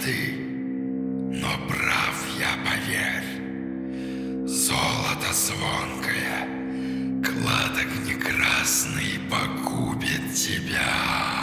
ты, но прав я, поверь. Золото звонкое, клад огнекрасный погубит тебя.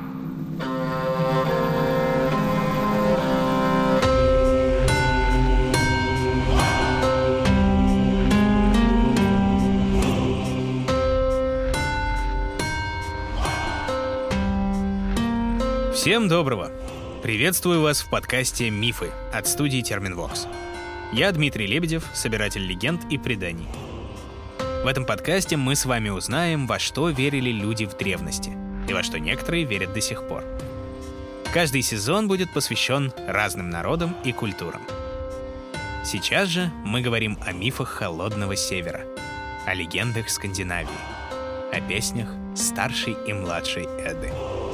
Всем доброго! Приветствую вас в подкасте «Мифы» от студии Terminvox. Я Дмитрий Лебедев, собиратель легенд и преданий. В этом подкасте мы с вами узнаем, во что верили люди в древности и во что некоторые верят до сих пор. Каждый сезон будет посвящен разным народам и культурам. Сейчас же мы говорим о мифах Холодного Севера, о легендах Скандинавии, о песнях старшей и младшей Эдды.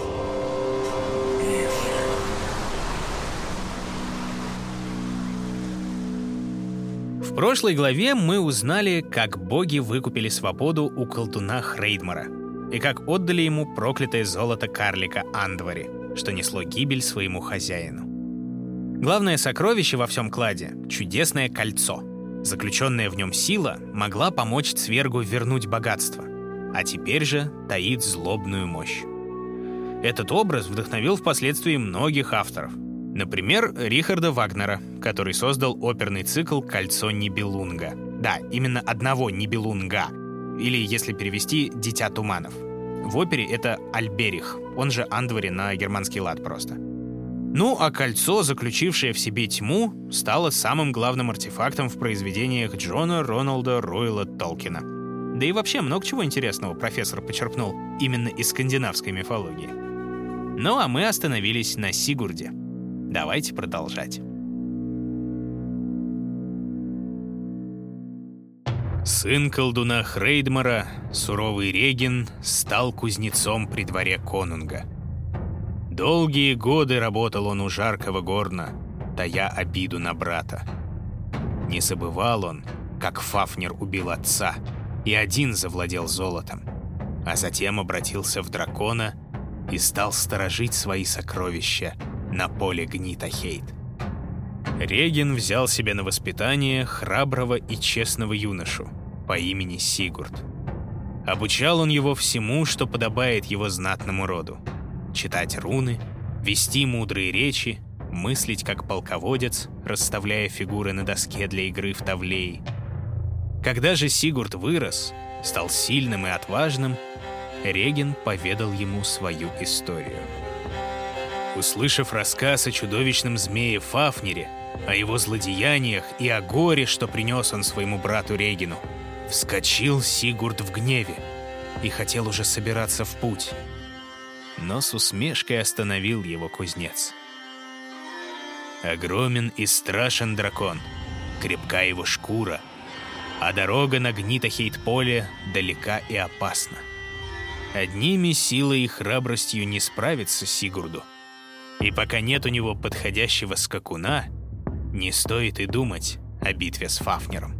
В прошлой главе мы узнали, как боги выкупили свободу у колдуна Хрейдмара и как отдали ему проклятое золото карлика Андвари, что несло гибель своему хозяину. Главное сокровище во всем кладе — чудесное кольцо. Заключенная в нем сила могла помочь Цвергу вернуть богатство, а теперь же таит злобную мощь. Этот образ вдохновил впоследствии многих авторов. Например, Рихарда Вагнера, который создал оперный цикл «Кольцо Нибелунга». Да, именно одного Нибелунга, или, если перевести, «Дитя туманов». В опере это Альберих, он же Андвари на германский лад просто. Ну, а кольцо, заключившее в себе тьму, стало самым главным артефактом в произведениях Джона Роналда Роэла Толкина. Да и вообще много чего интересного профессор почерпнул именно из скандинавской мифологии. Ну, а мы остановились на Сигурде. Давайте продолжать. Сын колдуна Хрейдмара, суровый Регин, стал кузнецом при дворе конунга. Долгие годы работал он у жаркого горна, тая обиду на брата. Не забывал он, как Фафнир убил отца и один завладел золотом, а затем обратился в дракона и стал сторожить свои сокровища на поле Гнитахейт. Регин взял себе на воспитание храброго и честного юношу по имени Сигурд. Обучал он его всему, что подобает его знатному роду: читать руны, вести мудрые речи, мыслить как полководец, расставляя фигуры на доске для игры в тавлеи. Когда же Сигурд вырос, стал сильным и отважным, Регин поведал ему свою историю. Услышав рассказ о чудовищном змее Фафнире, о его злодеяниях и о горе, что принес он своему брату Регину, вскочил Сигурд в гневе и хотел уже собираться в путь. Но с усмешкой остановил его кузнец. Огромен и страшен дракон, крепка его шкура, а дорога на Гнитахейт-поле далека и опасна. Одними силой и храбростью не справится Сигурду. И пока нет у него подходящего скакуна, не стоит и думать о битве с Фафнером.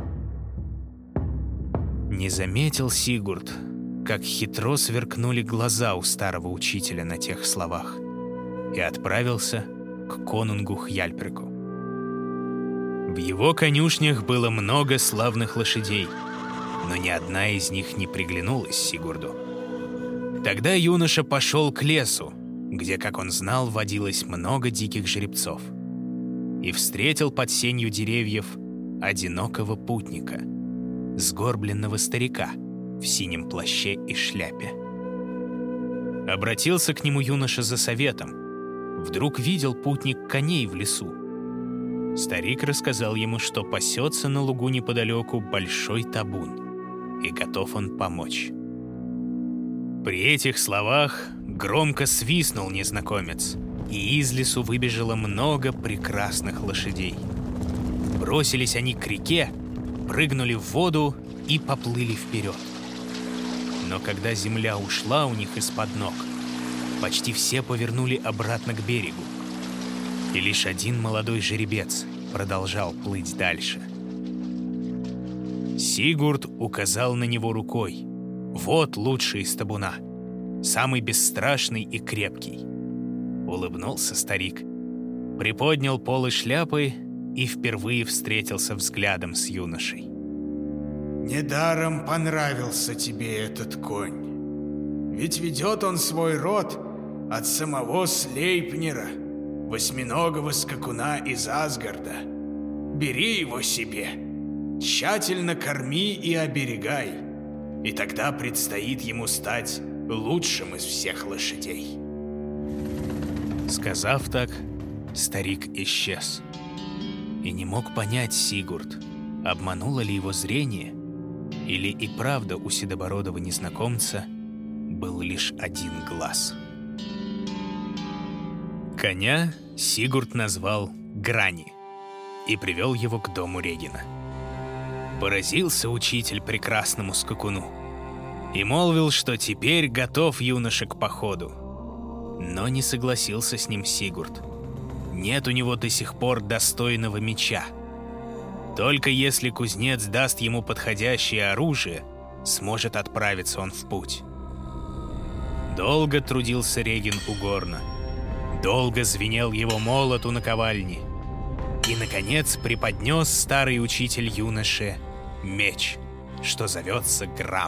Не заметил Сигурд, как хитро сверкнули глаза у старого учителя на тех словах, и отправился к конунгу Хьяльприку. В его конюшнях было много славных лошадей, но ни одна из них не приглянулась Сигурду. Тогда юноша пошел к лесу, где, как он знал, водилось много диких жеребцов, и встретил под сенью деревьев одинокого путника, сгорбленного старика в синем плаще и шляпе. Обратился к нему юноша за советом. Вдруг видел путник коней в лесу. Старик рассказал ему, что пасется на лугу неподалеку большой табун, и готов он помочь. При этих словах громко свистнул незнакомец, и из лесу выбежало много прекрасных лошадей. Бросились они к реке, прыгнули в воду и поплыли вперед. Но когда земля ушла у них из-под ног, почти все повернули обратно к берегу, и лишь один молодой жеребец продолжал плыть дальше. Сигурд указал на него рукой. Вот лучший из табуна, самый бесстрашный и крепкий. Улыбнулся старик приподнял полы шляпы и впервые встретился взглядом с юношей. «Недаром понравился тебе этот конь. Ведь ведет он свой род от самого Слейпнира, восьминогого скакуна из Асгарда. Бери его себе, тщательно корми и оберегай, и тогда предстоит ему стать лучшим из всех лошадей». Сказав так, старик исчез. И не мог понять Сигурд, обмануло ли его зрение, или и правда у седобородого незнакомца был лишь один глаз. Коня Сигурд назвал Грани и привел его к дому Регина. Поразился учитель прекрасному скакуну и молвил, что теперь готов юноша к походу. Но не согласился с ним Сигурд. Нет у него до сих пор достойного меча. Только если кузнец даст ему подходящее оружие, сможет отправиться он в путь. Долго трудился Регин у горна. Долго звенел его молот у наковальни. И, наконец, преподнес старый учитель юноше меч, что зовется Грам.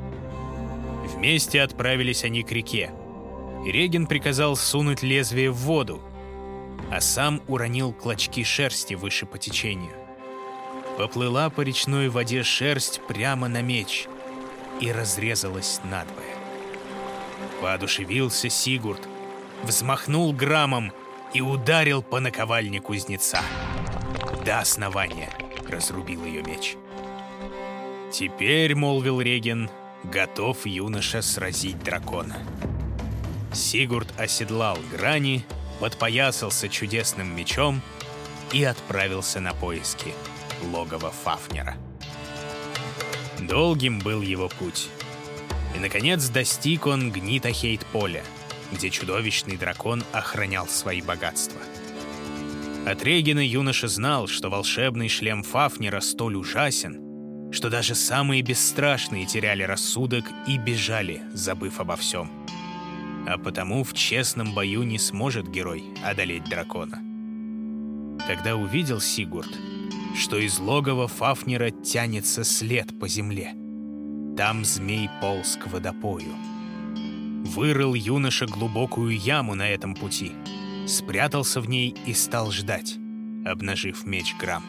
Вместе отправились они к реке. И Регин приказал сунуть лезвие в воду, а сам уронил клочки шерсти выше по течению. Поплыла по речной воде шерсть прямо на меч и разрезалась надвое. Воодушевился Сигурд, взмахнул Грамом и ударил по наковальне кузнеца. До основания разрубил ее меч. «Теперь, — молвил Регин, — готов юноша сразить дракона». Сигурд оседлал Грани, подпоясался чудесным мечом и отправился на поиски логова Фафнира. Долгим был его путь, и, наконец, достиг он Гнитахейт-поля, где чудовищный дракон охранял свои богатства. От Регина юноша знал, что волшебный шлем Фафнира столь ужасен, что даже самые бесстрашные теряли рассудок и бежали, забыв обо всем. А потому в честном бою не сможет герой одолеть дракона. Тогда увидел Сигурд, что из логова Фафнира тянется след по земле. Там змей полз к водопою. Вырыл юноша глубокую яму на этом пути, спрятался в ней и стал ждать, обнажив меч Грам.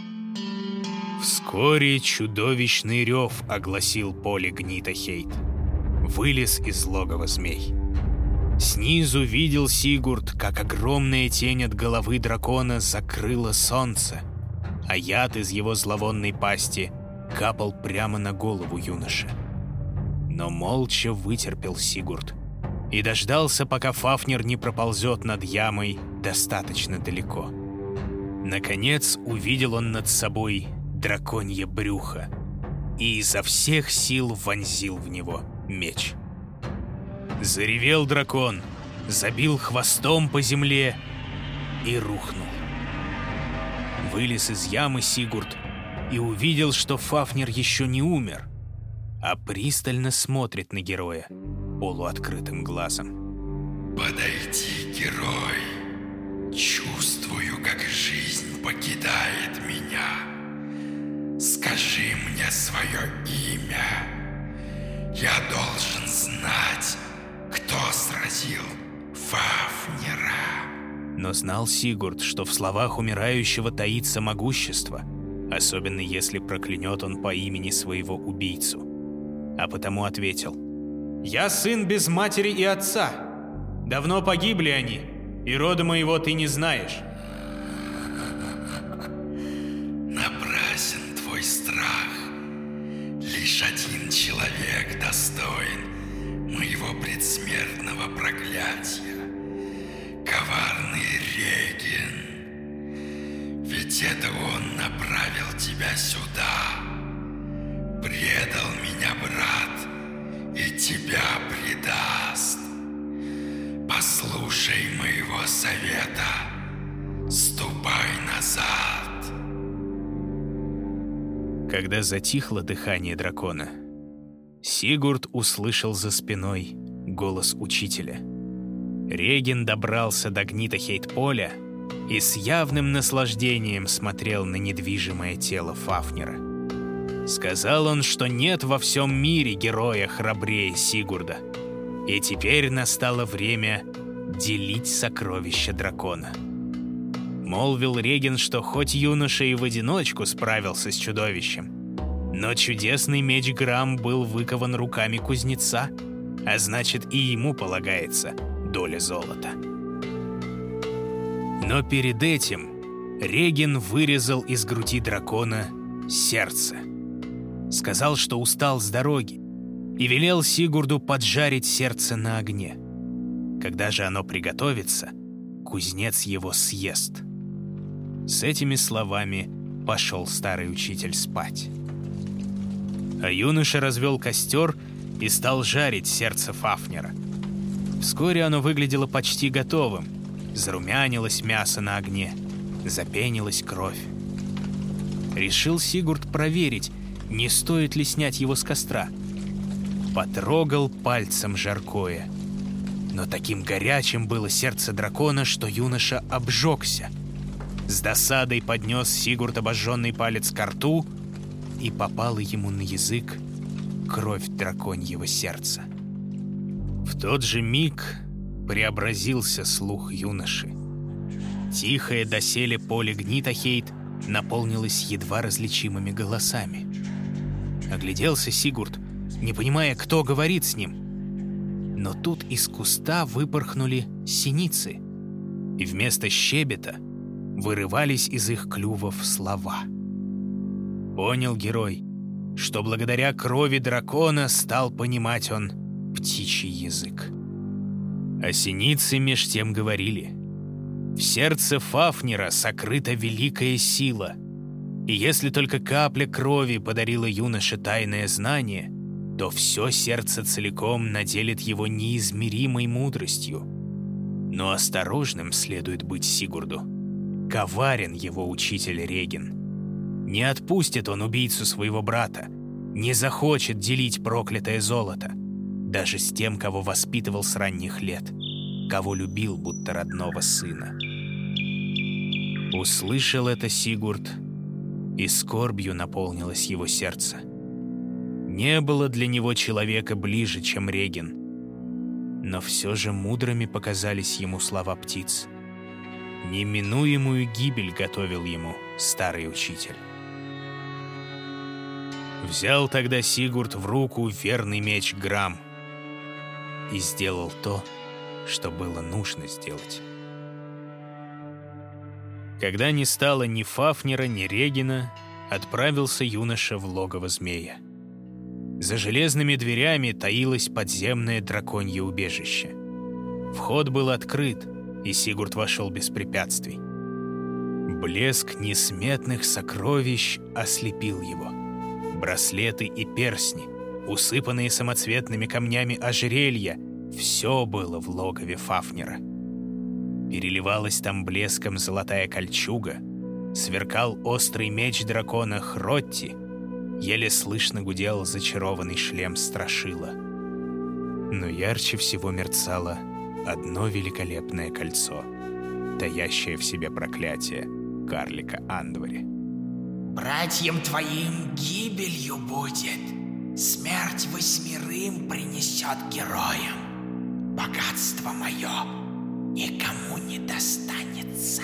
Вскоре чудовищный рев огласил поле Гнитахейт. Вылез из логова змей. Снизу видел Сигурд, как огромная тень от головы дракона закрыла солнце, а яд из его зловонной пасти капал прямо на голову юноши. Но молча вытерпел Сигурд и дождался, пока Фафнир не проползет над ямой достаточно далеко. Наконец увидел он над собой драконье брюхо и изо всех сил вонзил в него меч. Заревел дракон, забил хвостом по земле и рухнул. Вылез из ямы Сигурд и увидел, что Фафнир еще не умер, а пристально смотрит на героя полуоткрытым глазом. «Подойди, герой. Чувствую, как жизнь покидает меня. Скажи мне свое имя. Я должен знать, кто сразил Фафнира». Но знал Сигурд, что в словах умирающего таится могущество, особенно если проклянет он по имени своего убийцу. А потому ответил: «Я сын без матери и отца. Давно погибли они, и рода моего ты не знаешь». Напрасен твой страх. Лишь один человек достоин моего предсмертного проклятия. Коварный Регин. Ведь это он направил тебя сюда. Предал меня брат и тебя предаст. Послушай моего совета. Ступай назад. Когда затихло дыхание дракона, Сигурд услышал за спиной голос учителя. Регин добрался до Гнитахейт-поля и с явным наслаждением смотрел на недвижимое тело Фафнира. Сказал он, что нет во всем мире героя храбрее Сигурда, и теперь настало время делить сокровища дракона. Молвил Регин, что хоть юноша и в одиночку справился с чудовищем, но чудесный меч Грам был выкован руками кузнеца, а значит, и ему полагается доля золота. Но перед этим Регин вырезал из груди дракона сердце. Сказал, что устал с дороги, и велел Сигурду поджарить сердце на огне. Когда же оно приготовится, кузнец его съест. С этими словами пошел старый учитель спать. А юноша развел костер и стал жарить сердце Фафнира. Вскоре оно выглядело почти готовым. Зарумянилось мясо на огне, запенилась кровь. Решил Сигурд проверить, не стоит ли снять его с костра. Потрогал пальцем жаркое. Но таким горячим было сердце дракона, что юноша обжегся. С досадой поднес Сигурд обожженный палец ко рту, и попала ему на язык кровь драконьего сердца. В тот же миг преобразился слух юноши. Тихое доселе поле Гнитахейт наполнилось едва различимыми голосами. Огляделся Сигурд, не понимая, кто говорит с ним. Но тут из куста выпорхнули синицы, и вместо щебета вырывались из их клювов слова. Понял герой, что благодаря крови дракона стал понимать он птичий язык. А синицы меж тем говорили: в сердце Фафнира сокрыта великая сила, и если только капля крови подарила юноше тайное знание, то все сердце целиком наделит его неизмеримой мудростью. Но осторожным следует быть Сигурду. Коварен его учитель Регин. Не отпустит он убийцу своего брата, не захочет делить проклятое золото, даже с тем, кого воспитывал с ранних лет, кого любил будто родного сына. Услышал это Сигурд, и скорбью наполнилось его сердце. Не было для него человека ближе, чем Регин, но все же мудрыми показались ему слова птиц. Неминуемую гибель готовил ему старый учитель. Взял тогда Сигурд в руку верный меч Грам и сделал то, что было нужно сделать. Когда не стало ни Фафнира, ни Регина, отправился юноша в логово змея. За железными дверями таилось подземное драконье убежище. Вход был открыт, и Сигурд вошел без препятствий. Блеск несметных сокровищ ослепил его. Браслеты и перстни, усыпанные самоцветными камнями ожерелья, все было в логове Фафнира. Переливалась там блеском золотая кольчуга, сверкал острый меч дракона Хротти, еле слышно гудел зачарованный шлем Страшила. Но ярче всего мерцало одно великолепное кольцо, таящее в себе проклятие карлика Андвари. «Братьям твоим гибелью будет, смерть восьмерым принесет героям. Богатство мое никому не достанется».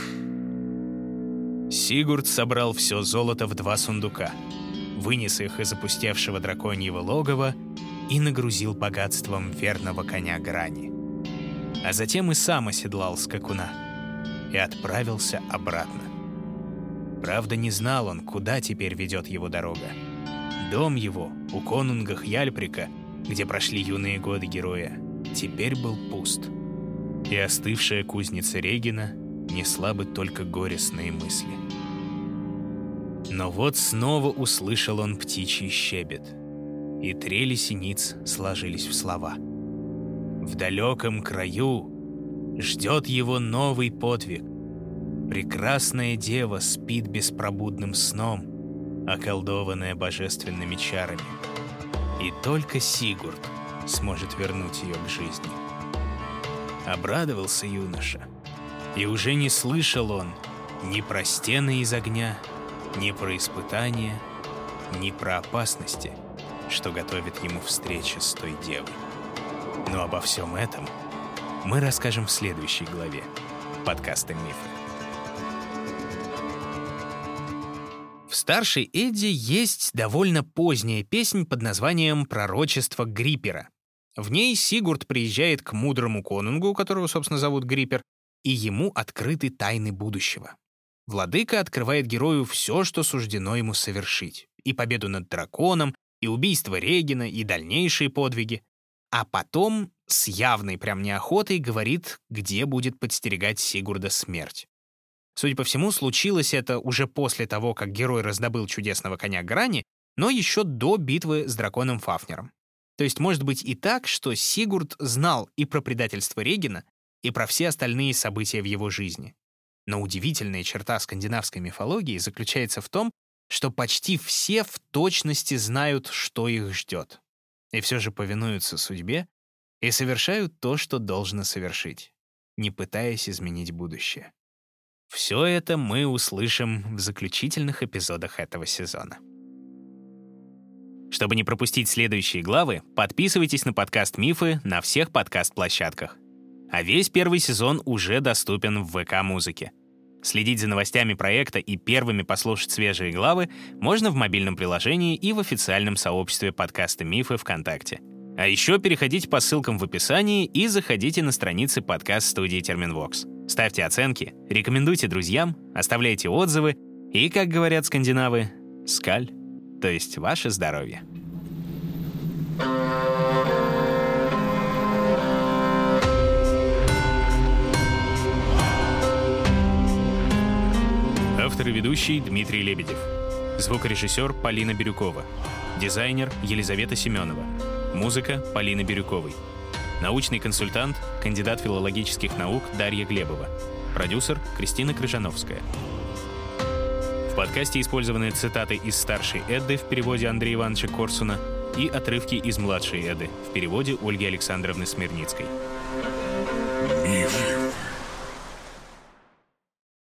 Сигурд собрал все золото в 2 сундука, вынес их из опустевшего драконьего логова и нагрузил богатством верного коня Грани. А затем и сам оседлал скакуна и отправился обратно. Правда, не знал он, куда теперь ведет его дорога. Дом его у конунга Хьяльприка, где прошли юные годы героя, теперь был пуст. И остывшая кузница Регина несла бы только горестные мысли. Но вот снова услышал он птичий щебет, и трели синиц сложились в слова. В далеком краю ждет его новый подвиг. Прекрасная дева спит беспробудным сном, околдованная божественными чарами. И только Сигурд сможет вернуть ее к жизни. Обрадовался юноша И уже не слышал он ни про стены из огня, ни про испытания, ни про опасности, что готовит ему встреча с той девой. Но обо всем этом мы расскажем в следующей главе подкаста «Мифы». В «Старшей Эдде» есть довольно поздняя песнь под названием «Пророчество Гриппера». В ней Сигурд приезжает к мудрому конунгу, которого, собственно, зовут Гриппер, и ему открыты тайны будущего. Владыка открывает герою все, что суждено ему совершить. И победу над драконом, и убийство Регина, и дальнейшие подвиги. А потом с явной прям неохотой говорит, где будет подстерегать Сигурда смерть. Судя по всему, случилось это уже после того, как герой раздобыл чудесного коня Грани, но еще до битвы с драконом Фафнером. То есть может быть и так, что Сигурд знал и про предательство Регина, и про все остальные события в его жизни. Но удивительная черта скандинавской мифологии заключается в том, что почти все в точности знают, что их ждет. И все же повинуются судьбе и совершают то, что должно совершить, не пытаясь изменить будущее. Все это мы услышим в заключительных эпизодах этого сезона. Чтобы не пропустить следующие главы, подписывайтесь на подкаст «Мифы» на всех подкаст-площадках. А весь первый сезон уже доступен в ВК-музыке. Следить за новостями проекта и первыми послушать свежие главы можно в мобильном приложении и в официальном сообществе подкаста «Мифы» ВКонтакте. А еще переходите по ссылкам в описании и заходите на страницы подкаст-студии Терминвокс. Ставьте оценки, рекомендуйте друзьям, оставляйте отзывы и, как говорят скандинавы, скаль, то есть ваше здоровье. Автор и ведущий Дмитрий Лебедев. Звукорежиссер Полина Бирюкова. Дизайнер Елизавета Семенова. Музыка Полины Бирюковой. Научный консультант, кандидат филологических наук Дарья Глебова. Продюсер Кристина Крыжановская. В подкасте использованы цитаты из «Старшей Эдды» в переводе Андрея Ивановича Корсуна и отрывки из «Младшей Эдды» в переводе Ольги Александровны Смирницкой. Мифы.